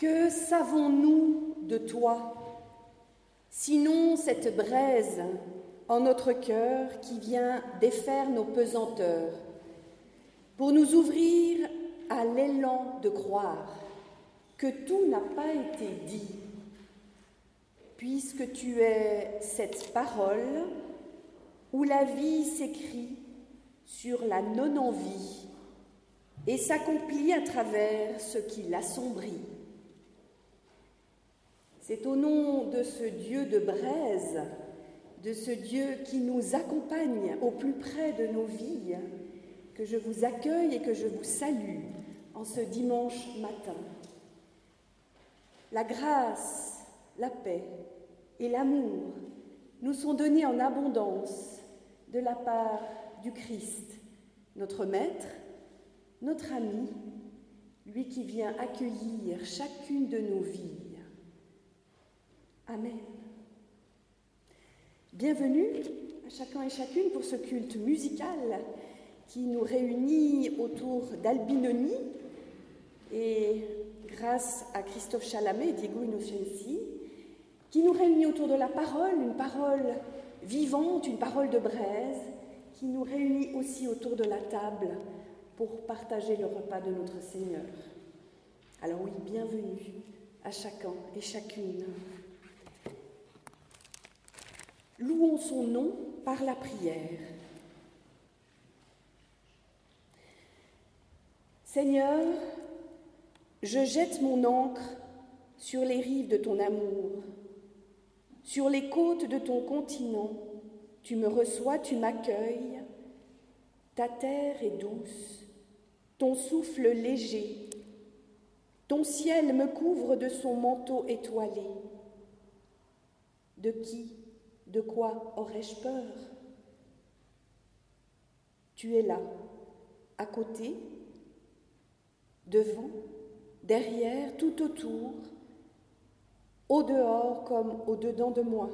Que savons-nous de toi, sinon cette braise en notre cœur qui vient défaire nos pesanteurs, pour nous ouvrir à l'élan de croire que tout n'a pas été dit, puisque tu es cette parole où la vie s'écrit sur la non-envie et s'accomplit à travers ce qui l'assombrit. C'est au nom de ce Dieu de braise, de ce Dieu qui nous accompagne au plus près de nos vies, que je vous accueille et que je vous salue en ce dimanche matin. La grâce, la paix et l'amour nous sont donnés en abondance de la part du Christ, notre Maître, notre ami, lui qui vient accueillir chacune de nos vies. Amen. Bienvenue à chacun et chacune pour ce culte musical qui nous réunit autour d'Albinoni et grâce à Christophe Chalamet et Diego Innocenzi, qui nous réunit autour de la parole, une parole vivante, une parole de braise, qui nous réunit aussi autour de la table pour partager le repas de notre Seigneur. Alors oui, bienvenue à chacun et chacune. Louons son nom par la prière. Seigneur, je jette mon ancre sur les rives de ton amour, sur les côtes de ton continent. Tu me reçois, tu m'accueilles. Ta terre est douce, ton souffle léger. Ton ciel me couvre de son manteau étoilé. De qui, de quoi aurais-je peur? Tu es là, à côté, devant, derrière, tout autour, au dehors comme au dedans de moi.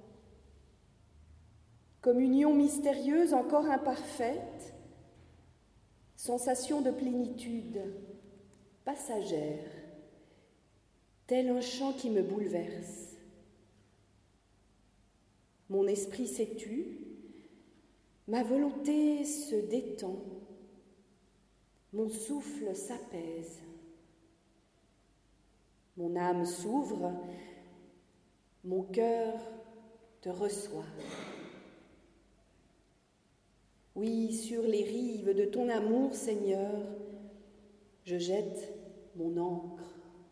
Communion mystérieuse encore imparfaite, sensation de plénitude, passagère, tel un chant qui me bouleverse. Mon esprit s'étue, ma volonté se détend, mon souffle s'apaise. Mon âme s'ouvre, mon cœur te reçoit. Oui, sur les rives de ton amour, Seigneur, je jette mon ancre.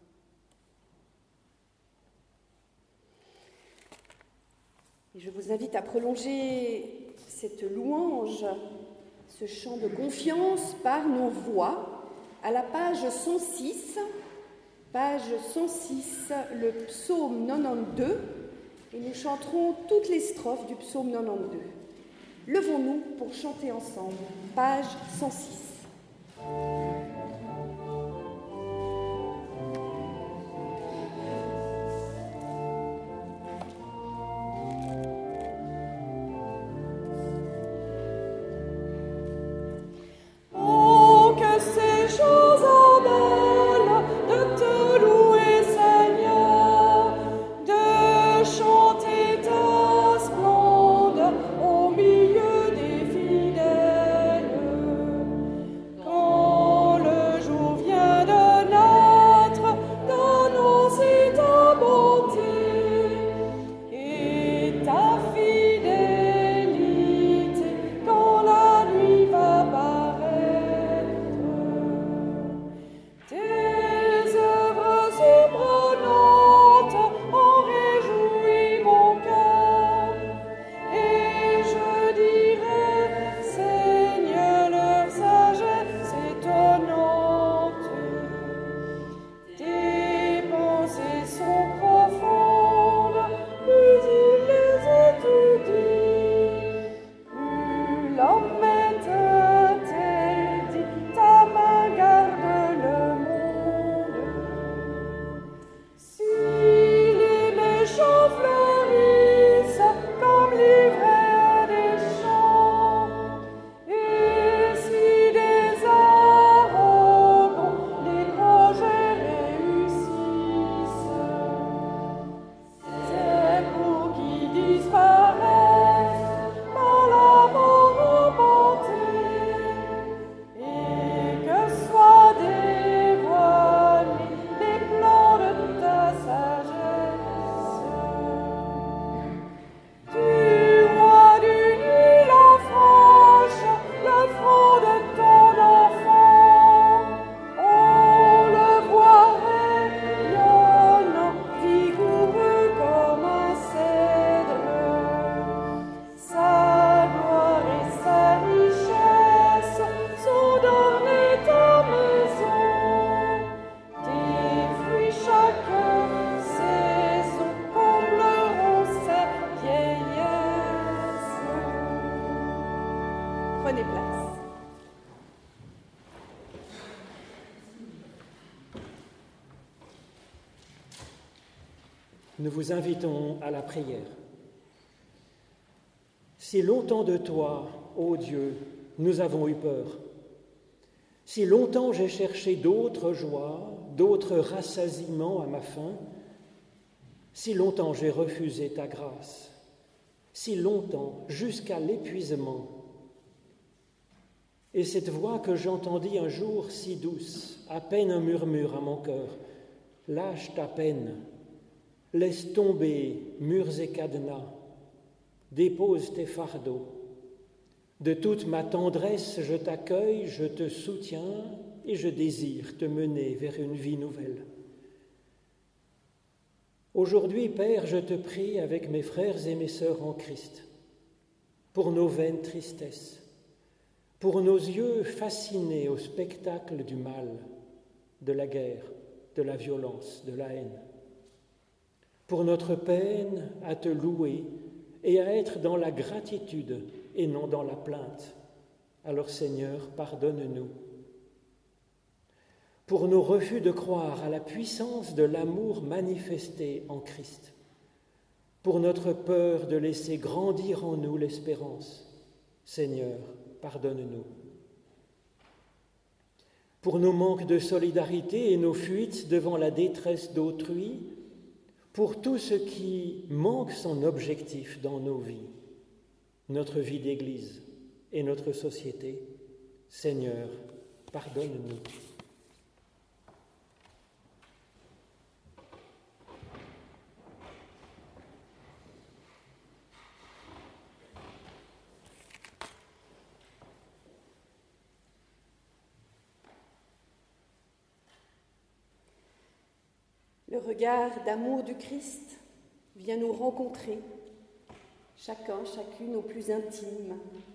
Et je vous invite à prolonger cette louange, ce chant de confiance par nos voix, à la page 106, le psaume 92, et nous chanterons toutes les strophes du psaume 92. Levons-nous pour chanter ensemble, page 106. Au milieu des fidèles, quand Prenez place. Nous vous invitons à la prière. Si longtemps de toi, ô Dieu, nous avons eu peur, si longtemps j'ai cherché d'autres joies, d'autres rassasiements à ma faim, si longtemps j'ai refusé ta grâce, si longtemps, jusqu'à l'épuisement. Et cette voix que j'entendis un jour si douce, à peine un murmure à mon cœur, lâche ta peine, laisse tomber murs et cadenas, dépose tes fardeaux. De toute ma tendresse, je t'accueille, je te soutiens et je désire te mener vers une vie nouvelle. Aujourd'hui, Père, je te prie avec mes frères et mes sœurs en Christ, pour nos vaines tristesses, pour nos yeux fascinés au spectacle du mal, de la guerre, de la violence, de la haine, pour notre peine à te louer et à être dans la gratitude et non dans la plainte. Alors Seigneur, pardonne-nous. Pour nos refus de croire à la puissance de l'amour manifesté en Christ, pour notre peur de laisser grandir en nous l'espérance, Seigneur, pardonne-nous. Pour nos manques de solidarité et nos fuites devant la détresse d'autrui, pour tout ce qui manque son objectif dans nos vies, notre vie d'Église et notre société, Seigneur, pardonne-nous. Le regard d'amour du Christ vient nous rencontrer, chacun, chacune au plus intime.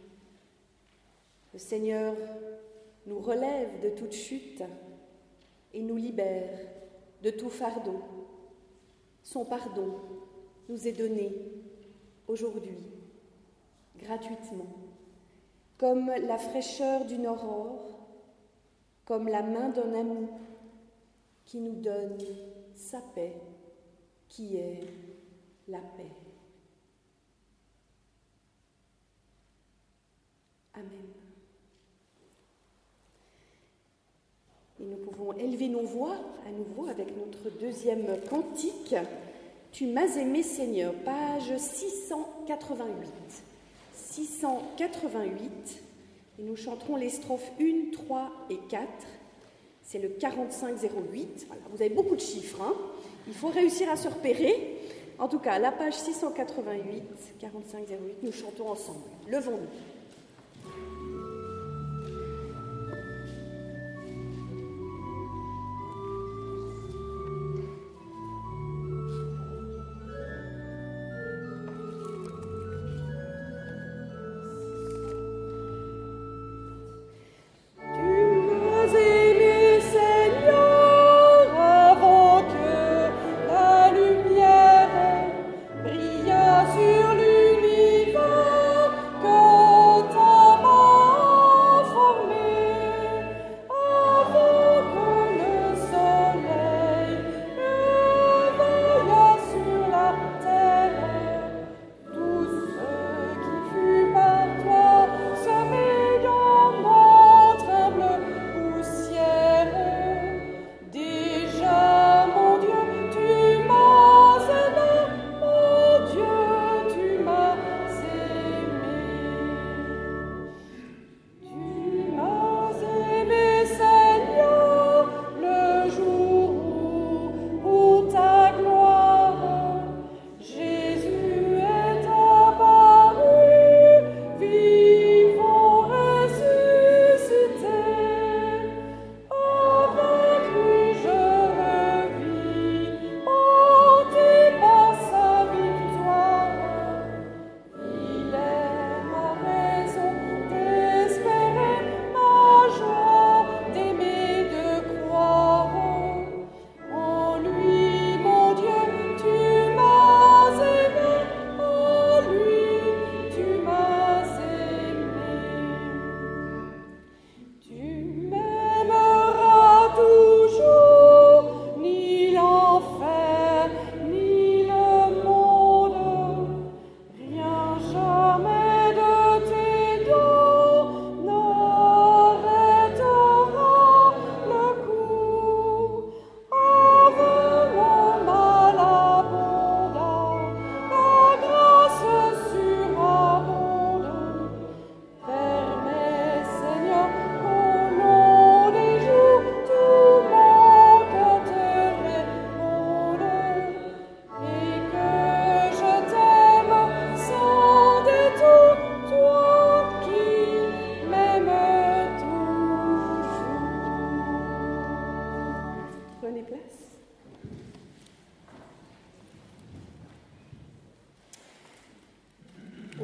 Le Seigneur nous relève de toute chute et nous libère de tout fardeau. Son pardon nous est donné aujourd'hui, gratuitement, comme la fraîcheur d'une aurore, comme la main d'un ami qui nous donne sa paix, qui est la paix. Amen. Et nous pouvons élever nos voix à nouveau avec notre deuxième cantique. Tu m'as aimé, Seigneur, page 688. 688, et nous chanterons les strophes 1, 3 et 4. C'est le 4508. Voilà, vous avez beaucoup de chiffres, hein. Il faut réussir à se repérer. En tout cas, la page 688, 4508, nous chantons ensemble. Levons-nous. Sur l'univers, que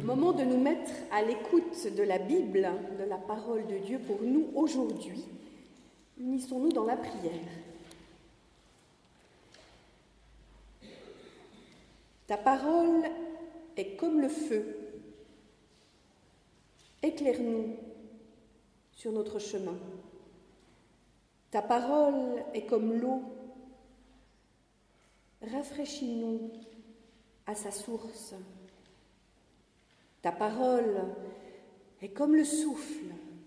Au moment de nous mettre à l'écoute de la Bible, de la parole de Dieu pour nous aujourd'hui, unissons-nous dans la prière. Ta parole est comme le feu. Éclaire-nous sur notre chemin. Ta parole est comme l'eau. Rafraîchis-nous à sa source. Ta parole est comme le souffle.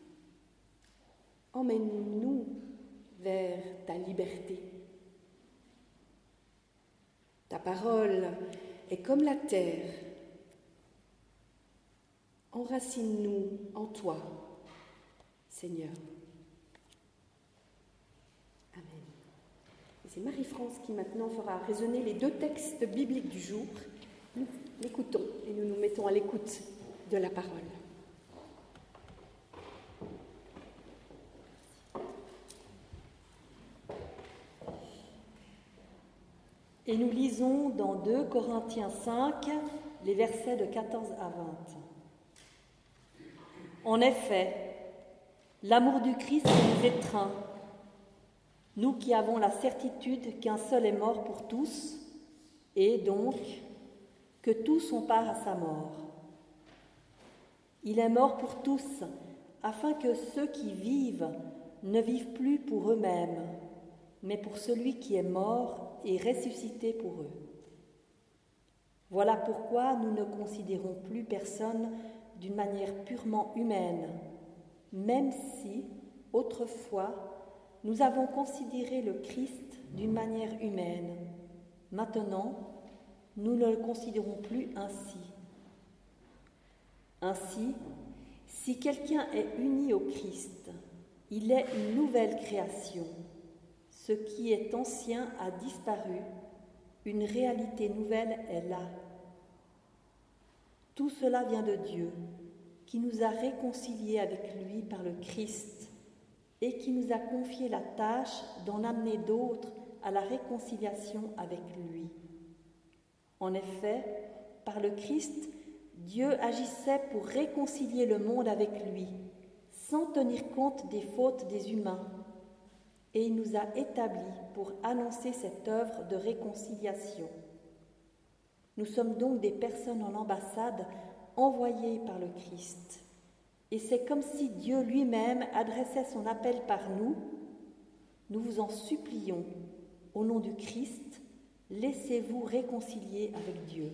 Emmène-nous vers ta liberté. Ta parole est comme la terre. Enracine-nous en toi, Seigneur. Amen. Et c'est Marie-France qui maintenant fera résonner les deux textes bibliques du jour. Nous l'écoutons et nous nous mettons à l'écoute de la parole. Et nous lisons dans 2 Corinthiens 5, les versets de 14 à 20. En effet, l'amour du Christ nous étreint, nous qui avons la certitude qu'un seul est mort pour tous, et donc que tous ont part à sa mort. Il est mort pour tous, afin que ceux qui vivent ne vivent plus pour eux-mêmes, mais pour celui qui est mort et ressuscité pour eux. Voilà pourquoi nous ne considérons plus personne d'une manière purement humaine, même si, autrefois, nous avons considéré le Christ d'une manière humaine. Maintenant, nous ne le considérons plus ainsi. Ainsi, si quelqu'un est uni au Christ, il est une nouvelle création. Ce qui est ancien a disparu, une réalité nouvelle est là. Tout cela vient de Dieu, qui nous a réconciliés avec lui par le Christ et qui nous a confié la tâche d'en amener d'autres à la réconciliation avec lui. En effet, par le Christ, Dieu agissait pour réconcilier le monde avec lui, sans tenir compte des fautes des humains, et il nous a établis pour annoncer cette œuvre de réconciliation. Nous sommes donc des personnes en ambassade envoyées par le Christ. Et c'est comme si Dieu lui-même adressait son appel par nous. Nous vous en supplions, au nom du Christ, laissez-vous réconcilier avec Dieu.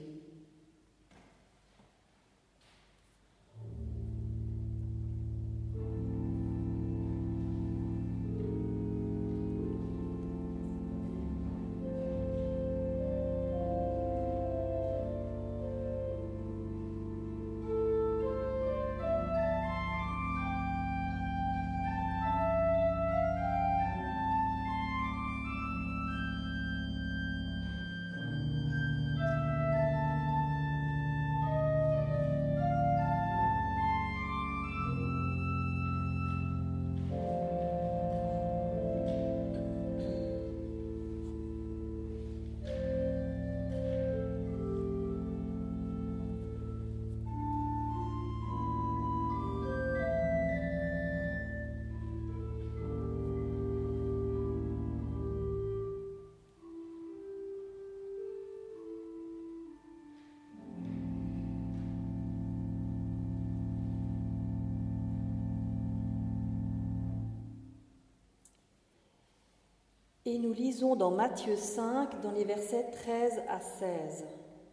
Et nous lisons dans Matthieu 5, dans les versets 13 à 16.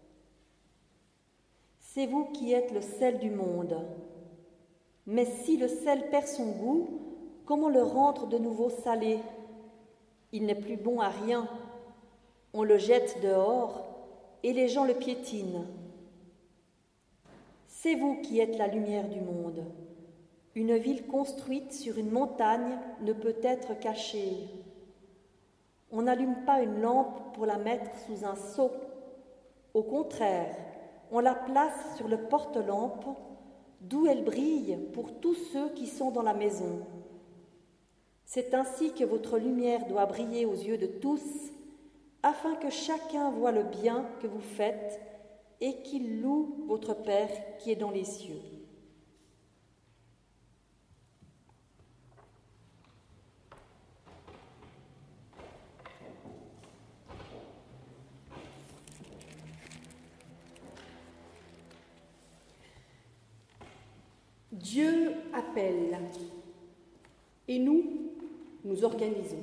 C'est vous qui êtes le sel du monde. Mais si le sel perd son goût, comment le rendre de nouveau salé? Il n'est plus bon à rien. On le jette dehors et les gens le piétinent. C'est vous qui êtes la lumière du monde. Une ville construite sur une montagne ne peut être cachée. On n'allume pas une lampe pour la mettre sous un seau. Au contraire, on la place sur le porte-lampe, d'où elle brille pour tous ceux qui sont dans la maison. C'est ainsi que votre lumière doit briller aux yeux de tous, afin que chacun voie le bien que vous faites et qu'il loue votre Père qui est dans les cieux. Dieu appelle et nous, nous organisons.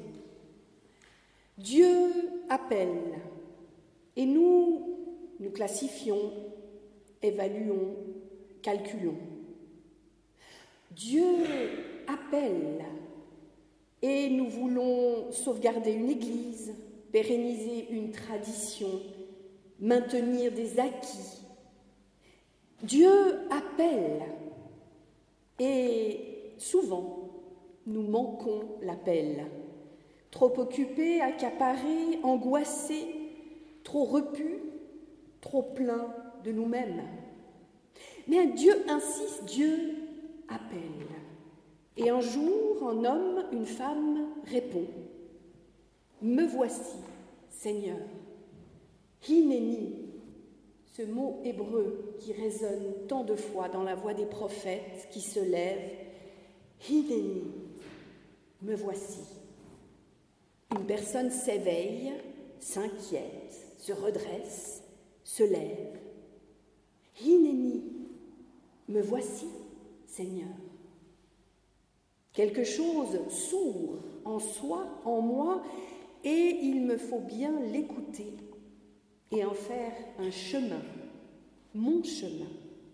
Dieu appelle et nous, nous classifions, évaluons, calculons. Dieu appelle et nous voulons sauvegarder une église, pérenniser une tradition, maintenir des acquis. Dieu appelle et souvent nous manquons l'appel. Trop occupés, accaparés, angoissés, trop repus, trop pleins de nous-mêmes. Mais Dieu insiste, Dieu appelle. Et un jour, un homme, une femme répond « Me voici, Seigneur ». Hineni, ce mot hébreu qui résonne tant de fois dans la voix des prophètes qui se lèvent. Hineni, me voici. Une personne s'éveille, s'inquiète, se redresse, se lève. Hineni, me voici, Seigneur. Quelque chose s'ouvre en soi, en moi, et il me faut bien l'écouter et en faire un chemin, mon chemin.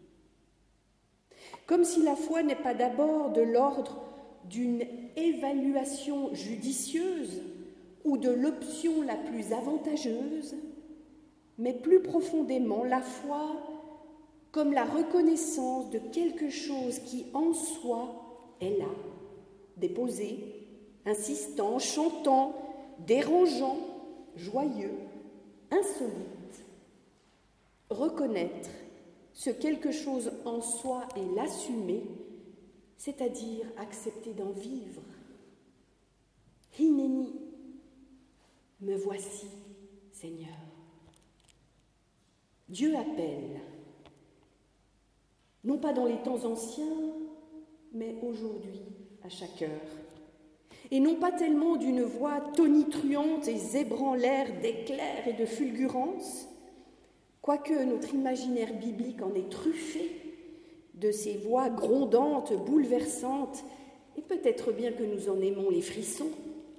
Comme si la foi n'est pas d'abord de l'ordre d'une évaluation judicieuse ou de l'option la plus avantageuse, mais plus profondément la foi comme la reconnaissance de quelque chose qui en soi est là, déposé, insistant, chantant, dérangeant, joyeux, insolite. Reconnaître ce quelque chose en soi et l'assumer, c'est-à-dire accepter d'en vivre. Hineni, me voici, Seigneur. Dieu appelle, non pas dans les temps anciens, mais aujourd'hui, à chaque heure. Et non pas tellement d'une voix tonitruante et zébrant l'air d'éclairs et de fulgurances, quoique notre imaginaire biblique en est truffé de ces voix grondantes, bouleversantes, et peut-être bien que nous en aimons les frissons.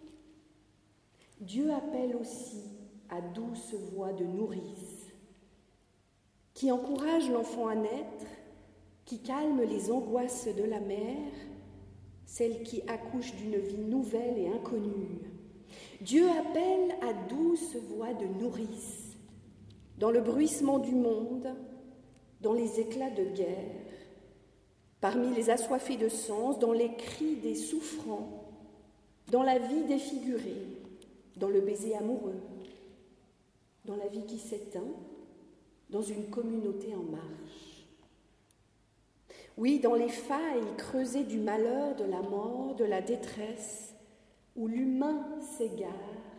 Dieu appelle aussi à douce voix de nourrice, qui encourage l'enfant à naître, qui calme les angoisses de la mère, celle qui accouche d'une vie nouvelle et inconnue. Dieu appelle à douce voix de nourrice, dans le bruissement du monde, dans les éclats de guerre, parmi les assoiffés de sens, dans les cris des souffrants, dans la vie défigurée, dans le baiser amoureux, dans la vie qui s'éteint, dans une communauté en marche. Oui, dans les failles creusées du malheur, de la mort, de la détresse, où l'humain s'égare,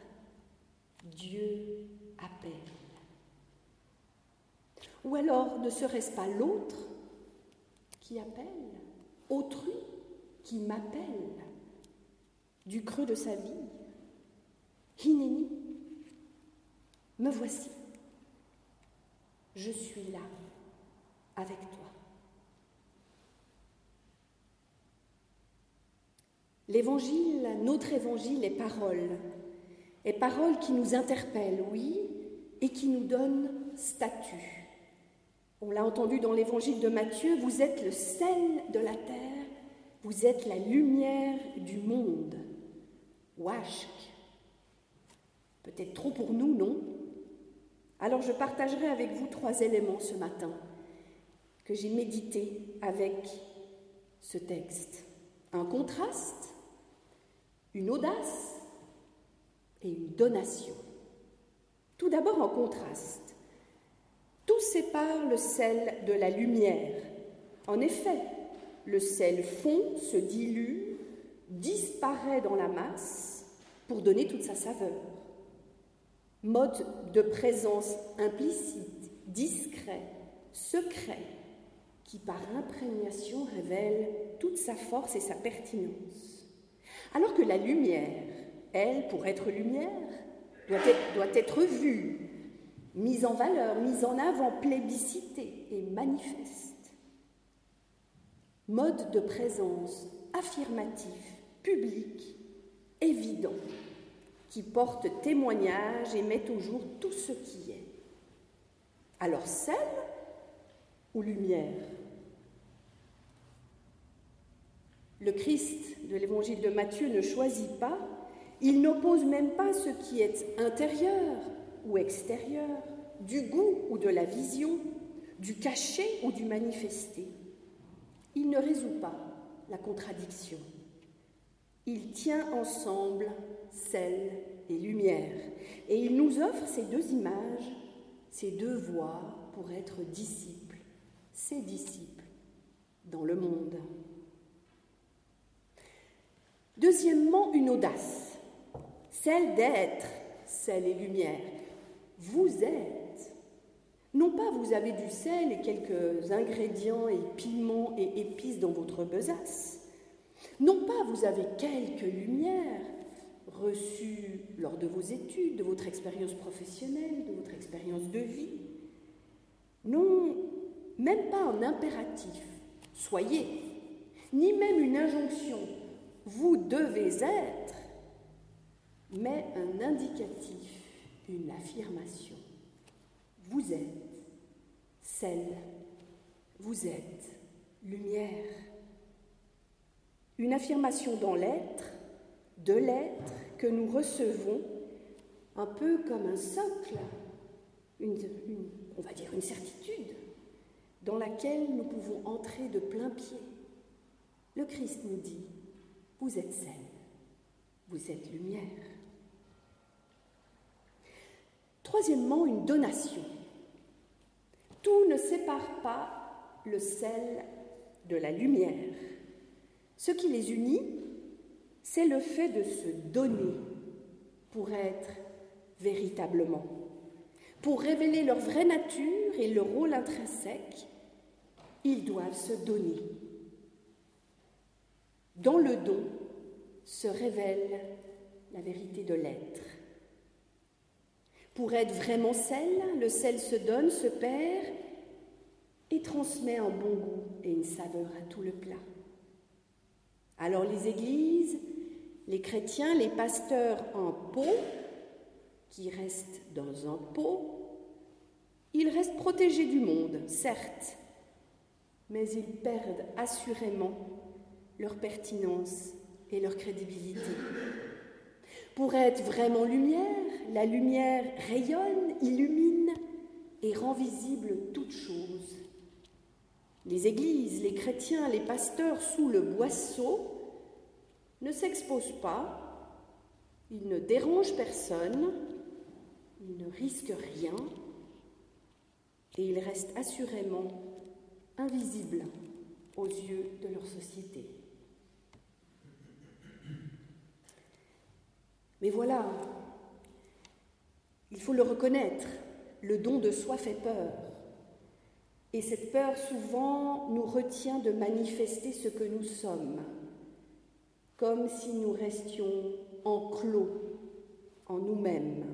Dieu appelle. Ou alors ne serait-ce pas l'autre qui appelle, autrui qui m'appelle du creux de sa vie? Hineni, me voici, je suis là avec toi. L'évangile, notre évangile est parole qui nous interpelle, oui, et qui nous donne statut. On l'a entendu dans l'évangile de Matthieu, vous êtes le sel de la terre, vous êtes la lumière du monde. Washk. Peut-être trop pour nous, non? Alors je partagerai avec vous 3 éléments ce matin que j'ai médité avec ce texte. Un contraste, une audace et une donation. Tout d'abord en contraste. Tout sépare le sel de la lumière. En effet, le sel fond, se dilue, disparaît dans la masse pour donner toute sa saveur. Mode de présence implicite, discret, secret, qui par imprégnation révèle toute sa force et sa pertinence. Alors que la lumière, elle, pour être lumière, doit être vue, mise en valeur, mise en avant, plébiscitée et manifeste. Mode de présence affirmatif, public, évident, qui porte témoignage et met au jour tout ce qui est. Alors sel ou lumière? Le Christ de l'évangile de Matthieu ne choisit pas, il n'oppose même pas ce qui est intérieur ou extérieur, du goût ou de la vision, du caché ou du manifesté. Il ne résout pas la contradiction. Il tient ensemble sel et lumière, et il nous offre ces deux images, ces deux voies pour être disciples, ses disciples dans le monde. Deuxièmement, une audace, celle d'être sel et lumière. Vous êtes. Non pas vous avez du sel et quelques ingrédients et piments et épices dans votre besace. Non pas vous avez quelques lumières reçues lors de vos études, de votre expérience professionnelle, de votre expérience de vie. Non, même pas un impératif, soyez, ni même une injonction, vous devez être, mais un indicatif, une affirmation. Vous êtes sel, vous êtes lumière. Une affirmation dans l'être, de l'être que nous recevons, un peu comme un socle, on va dire une certitude, dans laquelle nous pouvons entrer de plein pied. Le Christ nous dit, vous êtes sel, vous êtes lumière. Troisièmement, une donation. Tout ne sépare pas le sel de la lumière. Ce qui les unit, c'est le fait de se donner pour être véritablement, pour révéler leur vraie nature et leur rôle intrinsèque. Ils doivent se donner. Dans le don se révèle la vérité de l'être. Pour être vraiment sel, le sel se donne, se perd et transmet un bon goût et une saveur à tout le plat. Alors les églises, les chrétiens, les pasteurs en pot, qui restent dans un pot, ils restent protégés du monde, certes, mais ils perdent assurément leur pertinence et leur crédibilité. Pour être vraiment lumière, la lumière rayonne, illumine et rend visible toute chose. Les églises, les chrétiens, les pasteurs sous le boisseau ne s'exposent pas, ils ne dérangent personne, ils ne risquent rien et ils restent assurément invisibles aux yeux de leur société. Mais voilà, il faut le reconnaître, le don de soi fait peur. Et cette peur, souvent, nous retient de manifester ce que nous sommes, comme si nous restions enclos en nous-mêmes.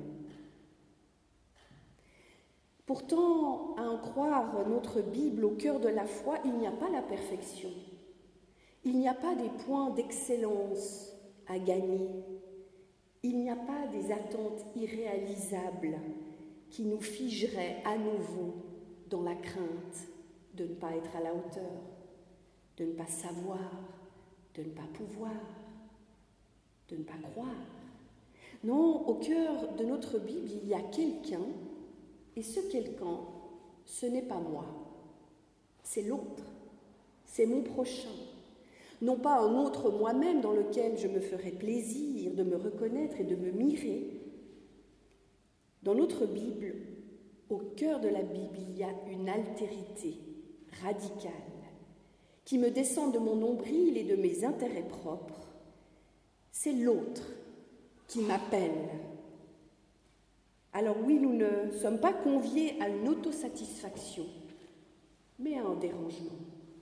Pourtant, à en croire notre Bible au cœur de la foi, il n'y a pas la perfection. Il n'y a pas des points d'excellence à gagner. Il n'y a pas des attentes irréalisables qui nous figeraient à nouveau dans la crainte de ne pas être à la hauteur, de ne pas savoir, de ne pas pouvoir, de ne pas croire. Non, au cœur de notre Bible, il y a quelqu'un, et ce quelqu'un, ce n'est pas moi, c'est l'autre, c'est mon prochain. Non pas un autre moi-même dans lequel je me ferais plaisir de me reconnaître et de me mirer. Dans notre Bible, au cœur de la Bible, il y a une altérité radicale qui me descend de mon nombril et de mes intérêts propres. C'est l'autre qui m'appelle. Alors oui, nous ne sommes pas conviés à une autosatisfaction, mais à un dérangement.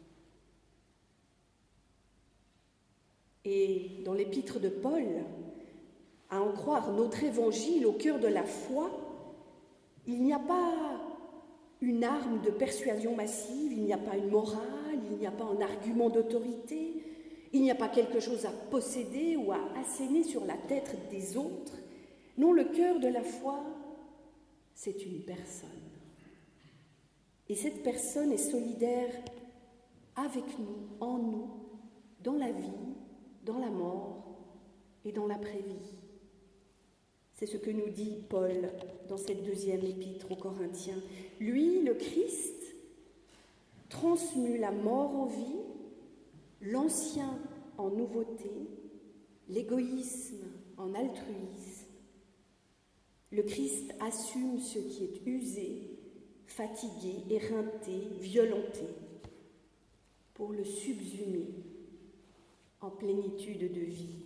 Et dans l'épître de Paul, à en croire notre évangile au cœur de la foi, il n'y a pas une arme de persuasion massive, il n'y a pas une morale, il n'y a pas un argument d'autorité, il n'y a pas quelque chose à posséder ou à asséner sur la tête des autres. Non, le cœur de la foi, c'est une personne. Et cette personne est solidaire avec nous, en nous, dans la vie, dans la mort et dans l'après-vie. C'est ce que nous dit Paul dans cette deuxième épître aux Corinthiens. Lui, le Christ, transmue la mort en vie, l'ancien en nouveauté, l'égoïsme en altruisme. Le Christ assume ce qui est usé, fatigué, éreinté, violenté, pour le subsumer en plénitude de vie.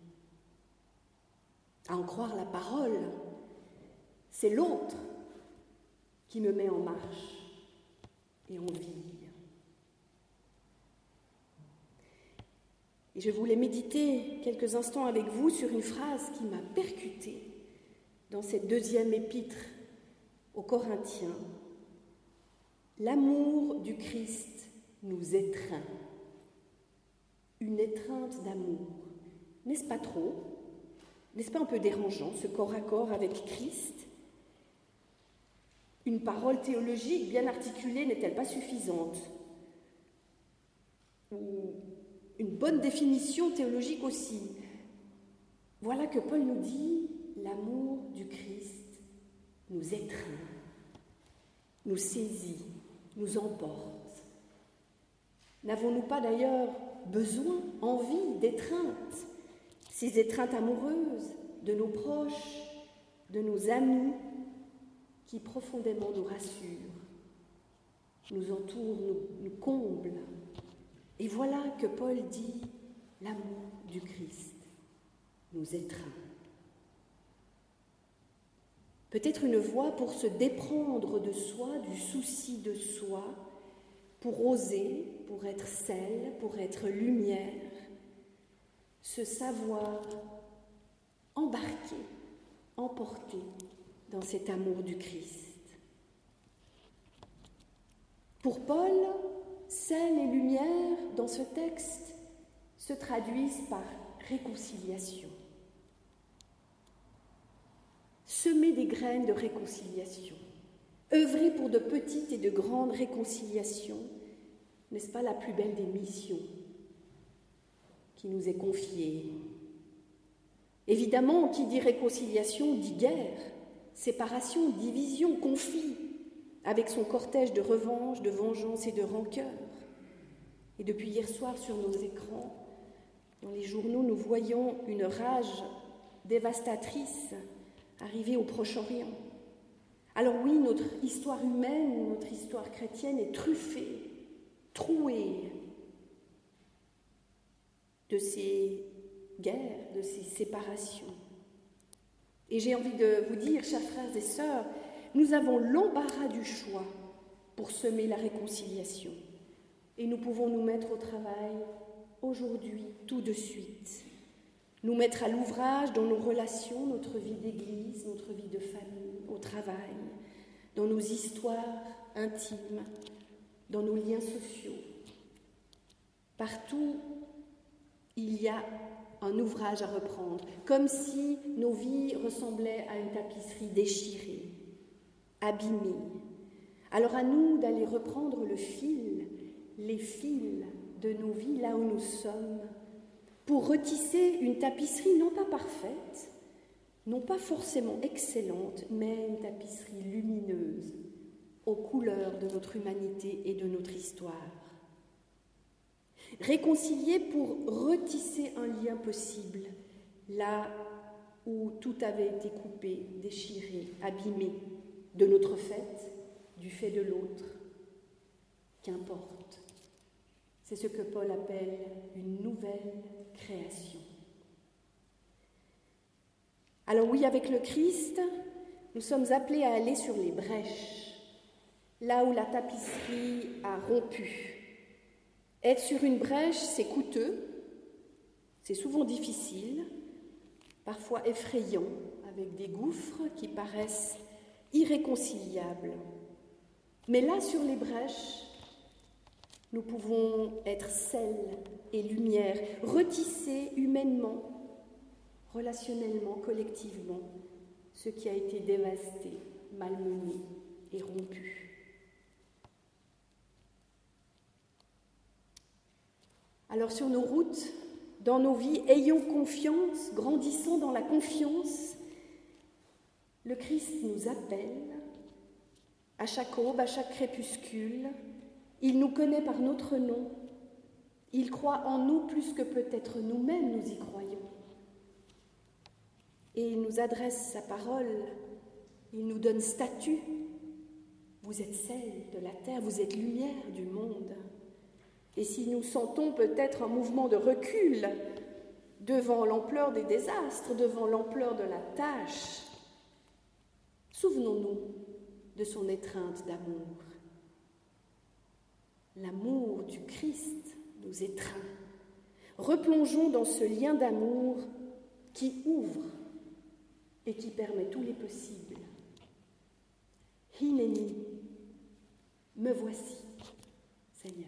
À en croire la parole, c'est l'autre qui me met en marche et en vie. Et je voulais méditer quelques instants avec vous sur une phrase qui m'a percutée dans cette deuxième épître aux Corinthiens. L'amour du Christ nous étreint. Une étreinte d'amour. N'est-ce pas trop ? N'est-ce pas un peu dérangeant, ce corps à corps avec Christ ? Une parole théologique bien articulée n'est-elle pas suffisante ? Ou une bonne définition théologique aussi. Voilà que Paul nous dit, l'amour du Christ nous étreint, nous saisit, nous emporte. N'avons-nous pas d'ailleurs besoin, envie d'étreinte, ces étreintes amoureuses de nos proches, de nos amis, qui profondément nous rassurent, nous entourent, nous comblent. Et voilà que Paul dit, l'amour du Christ nous étreint. Peut-être une voie pour se déprendre de soi, du souci de soi, pour oser, pour être sel, pour être lumière, se savoir embarqué, emporté dans cet amour du Christ. Pour Paul, sel et lumière, dans ce texte, se traduisent par réconciliation. Semer des graines de réconciliation, œuvrer pour de petites et de grandes réconciliations, n'est-ce pas la plus belle des missions qui nous est confiée ? Évidemment, qui dit réconciliation dit guerre, séparation, division, conflit, avec son cortège de revanche, de vengeance et de rancœur. Et depuis hier soir sur nos écrans, dans les journaux, nous voyons une rage dévastatrice arriver au Proche-Orient. Alors oui, notre histoire humaine, notre histoire chrétienne est truffée, trouée de ces guerres, de ces séparations. Et j'ai envie de vous dire, chers frères et sœurs, nous avons l'embarras du choix pour semer la réconciliation. Et nous pouvons nous mettre au travail aujourd'hui, tout de suite. Nous mettre à l'ouvrage dans nos relations, notre vie d'église, notre vie de famille, au travail, dans nos histoires intimes, dans nos liens sociaux. Partout, il y a un ouvrage à reprendre, comme si nos vies ressemblaient à une tapisserie déchirée, abîmée. Alors à nous d'aller reprendre le fil, les fils de nos vies là où nous sommes, pour retisser une tapisserie non pas parfaite, non pas forcément excellente, mais une tapisserie lumineuse, aux couleurs de notre humanité et de notre histoire. Réconcilier pour retisser un lien possible, là où tout avait été coupé, déchiré, abîmé, de notre fait, du fait de l'autre, qu'importe. C'est ce que Paul appelle une nouvelle création. Alors oui, avec le Christ, nous sommes appelés à aller sur les brèches, là où la tapisserie a rompu. Être sur une brèche, c'est coûteux, c'est souvent difficile, parfois effrayant, avec des gouffres qui paraissent irréconciliables. Mais là, sur les brèches, nous pouvons être sel et lumière, retisser humainement, relationnellement, collectivement, ce qui a été dévasté, malmené et rompu. Alors sur nos routes, dans nos vies, ayons confiance, grandissons dans la confiance. Le Christ nous appelle à chaque aube, à chaque crépuscule. Il nous connaît par notre nom. Il croit en nous plus que peut-être nous-mêmes nous y croyons. Et il nous adresse sa parole. Il nous donne statut. Vous êtes sel de la terre, vous êtes lumière du monde. Et si nous sentons peut-être un mouvement de recul devant l'ampleur des désastres, devant l'ampleur de la tâche, souvenons-nous de son étreinte d'amour. L'amour du Christ nous étreint. Replongeons dans ce lien d'amour qui ouvre et qui permet tous les possibles. Hineni, me voici, Seigneur.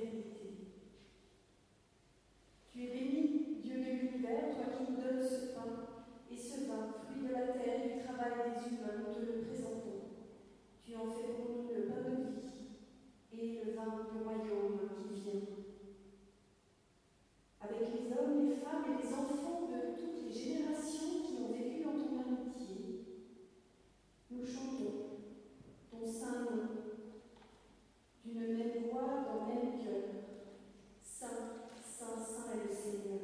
Tu es béni, Dieu de l'univers, toi qui nous donnes ce pain. cœur. Saint, Saint, Saint est le Seigneur.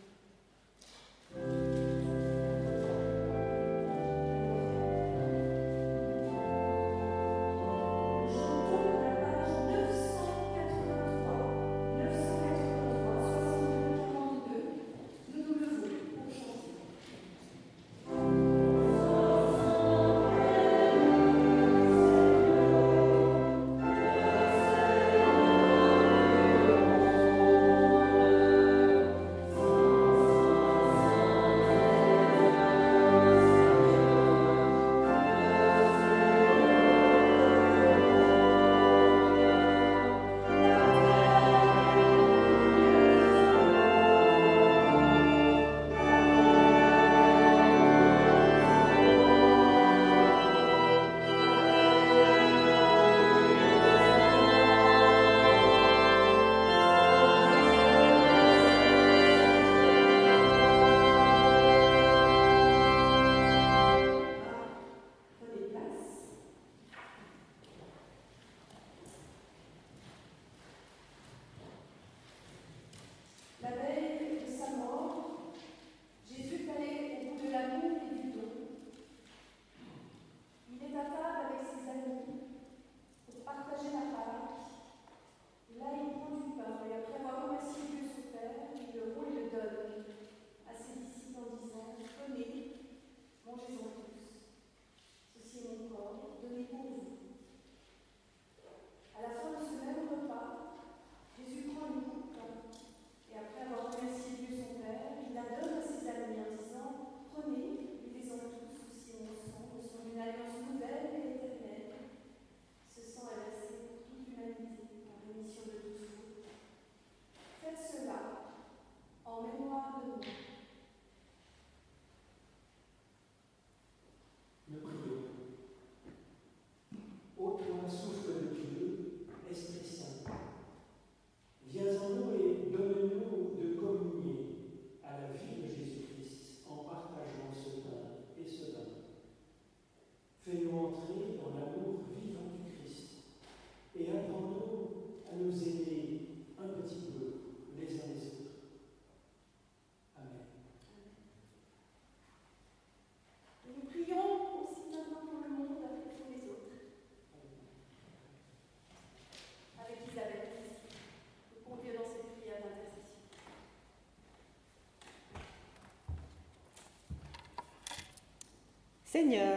Seigneur,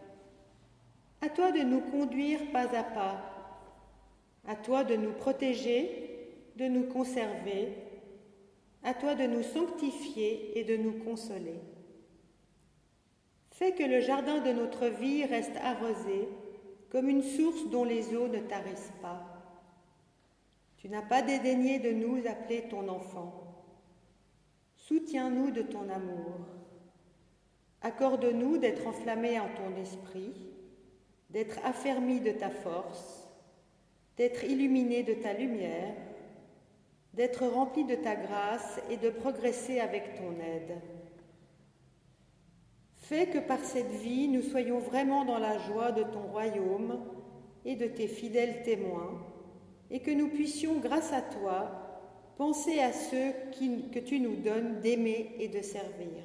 à toi de nous conduire pas à pas, à toi de nous protéger, de nous conserver, à toi de nous sanctifier et de nous consoler. Fais que le jardin de notre vie reste arrosé comme une source dont les eaux ne tarissent pas. Tu n'as pas dédaigné de nous appeler ton enfant. Soutiens-nous de ton amour. Accorde-nous d'être enflammés en ton esprit, d'être affermis de ta force, d'être illuminés de ta lumière, d'être remplis de ta grâce et de progresser avec ton aide. Fais que par cette vie, nous soyons vraiment dans la joie de ton royaume et de tes fidèles témoins, et que nous puissions, grâce à toi, penser à ceux que tu nous donnes d'aimer et de servir.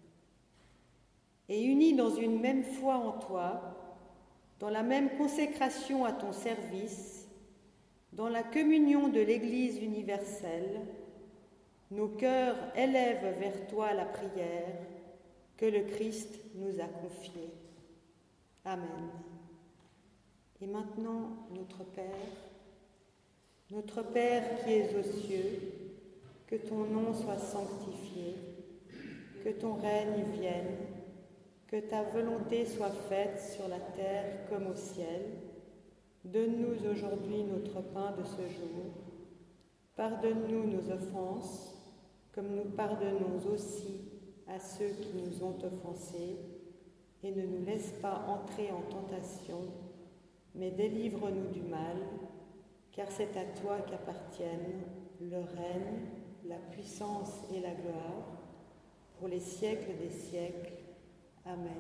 Et unis dans une même foi en toi, dans la même consécration à ton service, dans la communion de l'Église universelle, nos cœurs élèvent vers toi la prière que le Christ nous a confiée. Amen. Et maintenant, notre Père qui es aux cieux, que ton nom soit sanctifié, que ton règne vienne, que ta volonté soit faite sur la terre comme au ciel. Donne-nous aujourd'hui notre pain de ce jour. Pardonne-nous nos offenses, comme nous pardonnons aussi à ceux qui nous ont offensés. Et ne nous laisse pas entrer en tentation, mais délivre-nous du mal, car c'est à toi qu'appartiennent le règne, la puissance et la gloire, pour les siècles des siècles. Amen.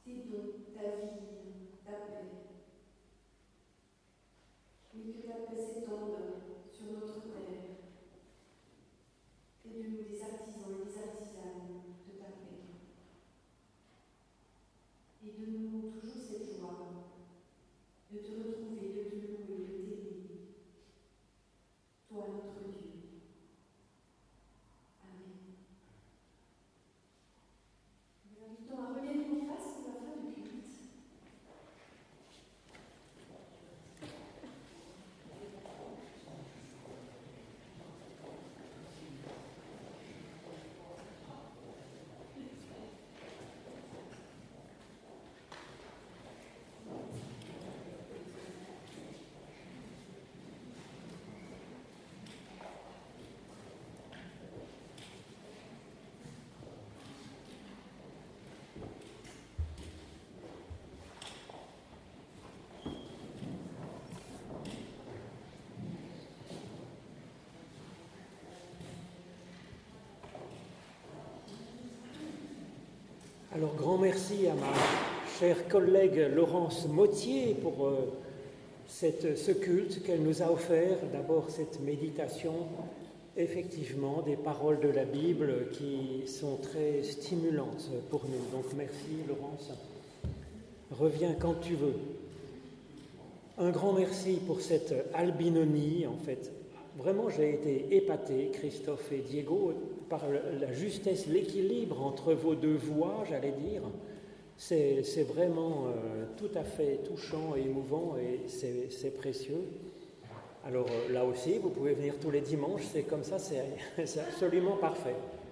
tes dons, ta vie, ta paix. Oui, que ta paix s'étende sur notre terre. Fais de nous des artisans et des artisanes de ta paix. Et donne-nous toujours cette joie de te retrouver, de te louer, de t'aimer. Toi, notre Dieu. Amen. Nous invitons à regagner nos places pour la fin du culte. Alors, grand merci à ma chère collègue Laurence Mottier pour ce culte qu'elle nous a offert. D'abord, cette méditation, effectivement, des paroles de la Bible qui sont très stimulantes pour nous. Donc, merci Laurence. Reviens quand tu veux. Un grand merci pour cette albinonie, en fait. Vraiment, j'ai été épaté, Christophe et Diego, par la justesse, l'équilibre entre vos deux voix, j'allais dire. C'est vraiment tout à fait touchant et émouvant et c'est précieux. Alors là aussi, vous pouvez venir tous les dimanches, c'est comme ça, c'est absolument parfait.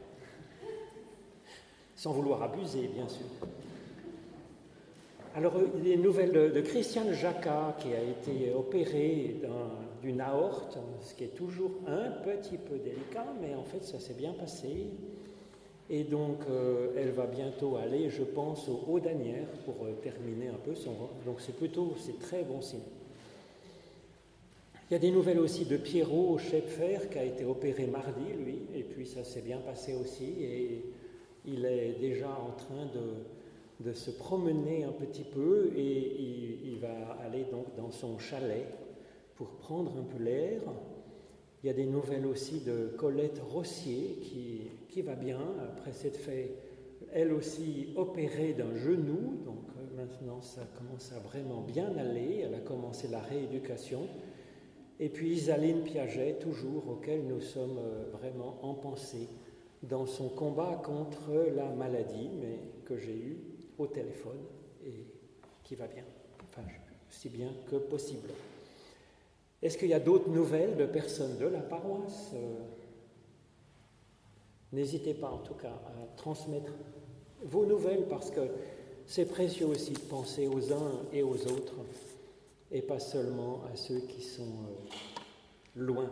Sans vouloir abuser, bien sûr. Alors, des nouvelles de Christiane Jacquat, qui a été opérée d'une aorte, ce qui est toujours un petit peu délicat, mais en fait, ça s'est bien passé. Et donc, elle va bientôt aller, je pense, au Haut-d'Asnières pour terminer un peu son... Donc, c'est très bon signe. Il y a des nouvelles aussi de Pierrot Schepfer, qui a été opéré mardi, lui, et puis ça s'est bien passé aussi, et il est déjà en train de se promener un petit peu, et il va aller donc dans son chalet pour prendre un peu l'air. Il y a des nouvelles aussi de Colette Rossier qui va bien, après s'être fait elle aussi opérée d'un genou, donc maintenant ça commence à vraiment bien aller, elle a commencé la rééducation. Et puis Isaline Piaget, toujours, auquel nous sommes vraiment en pensée dans son combat contre la maladie, mais que j'ai eu au téléphone et qui va bien, enfin aussi bien que possible. Est-ce qu'il y a d'autres nouvelles de personnes de la paroisse ? N'hésitez pas en tout cas à transmettre vos nouvelles parce que c'est précieux aussi de penser aux uns et aux autres et pas seulement à ceux qui sont loin.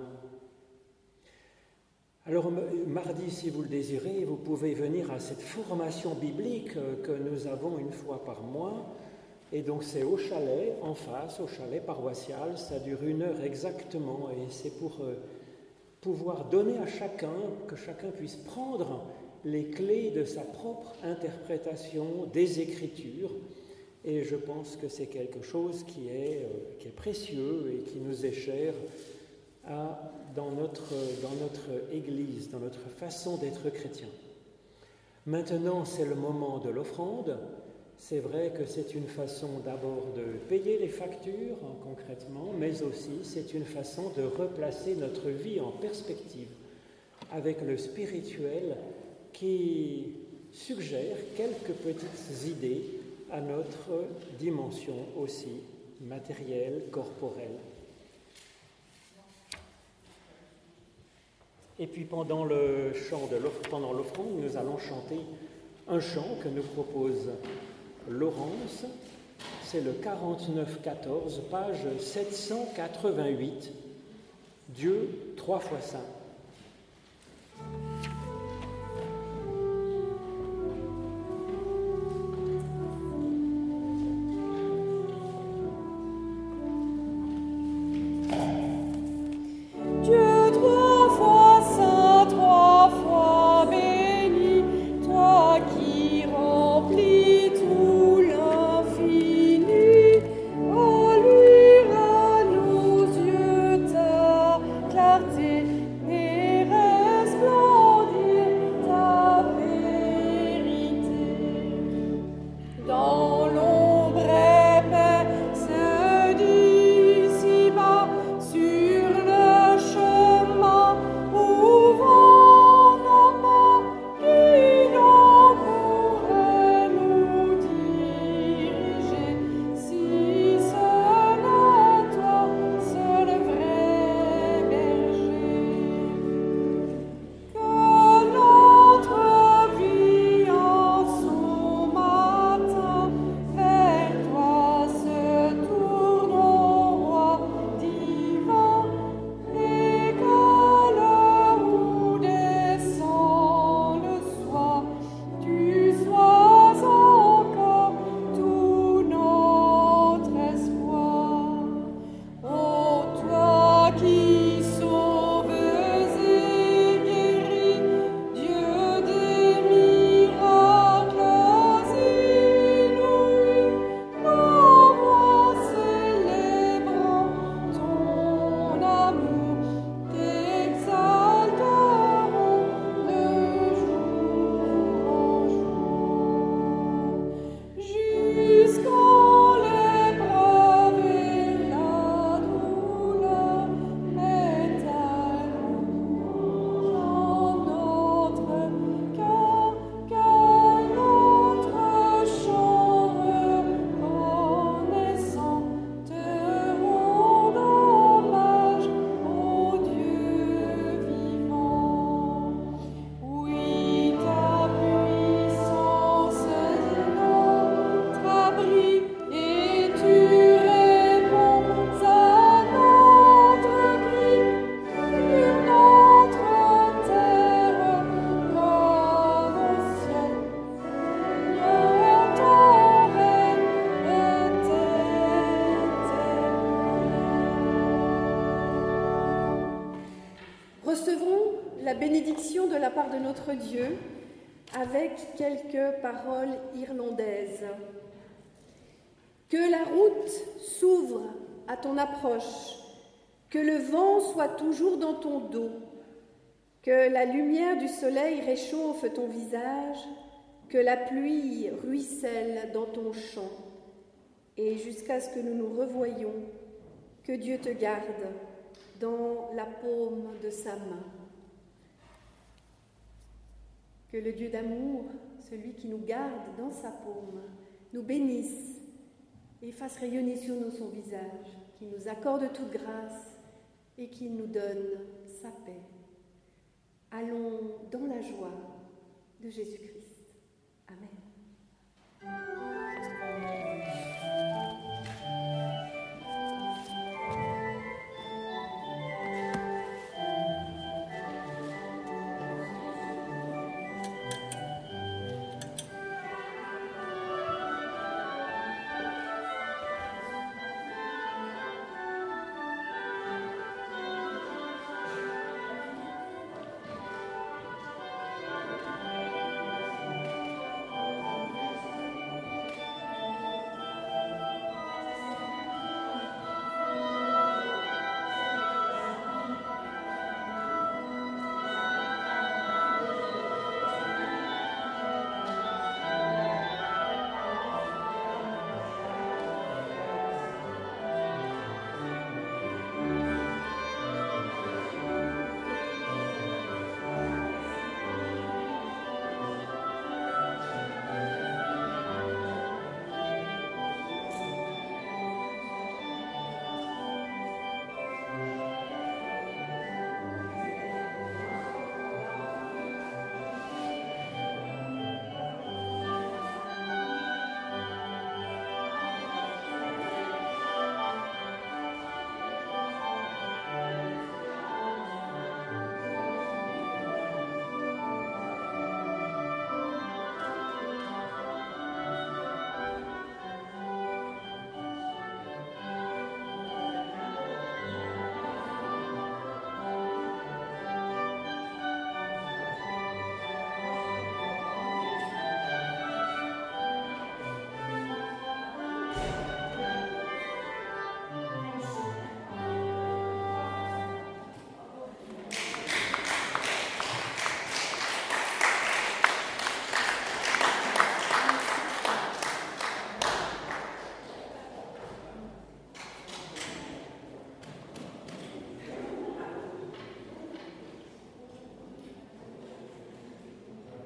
Alors mardi, si vous le désirez, vous pouvez venir à cette formation biblique que nous avons une fois par mois. Et donc c'est au chalet, en face, au chalet paroissial, ça dure 1 heure exactement. Et c'est pour pouvoir donner à chacun, que chacun puisse prendre les clés de sa propre interprétation des Écritures. Et je pense que c'est quelque chose qui est précieux et qui nous est cher dans notre Église, dans notre façon d'être chrétien. Maintenant, c'est le moment de l'offrande. C'est vrai que c'est une façon d'abord de payer les factures concrètement, mais aussi c'est une façon de replacer notre vie en perspective avec le spirituel qui suggère quelques petites idées à notre dimension aussi matérielle, corporelle. Et puis pendant l'offrande, nous allons chanter un chant que nous propose Laurence. C'est le 49-14, page 788, Dieu 3 fois saint. Toi qui remplis tout l'univers. bénédiction de la part de notre Dieu avec quelques paroles irlandaises. Que la route s'ouvre à ton approche, que le vent soit toujours dans ton dos, que la lumière du soleil réchauffe ton visage, que la pluie ruisselle dans ton champ, et jusqu'à ce que nous nous revoyions, que Dieu te garde dans la paume de sa main. Que le Dieu d'amour, celui qui nous garde dans sa paume, nous bénisse et fasse rayonner sur nous son visage, qui nous accorde toute grâce et qui nous donne sa paix. Allons dans la joie de Jésus-Christ. Amen.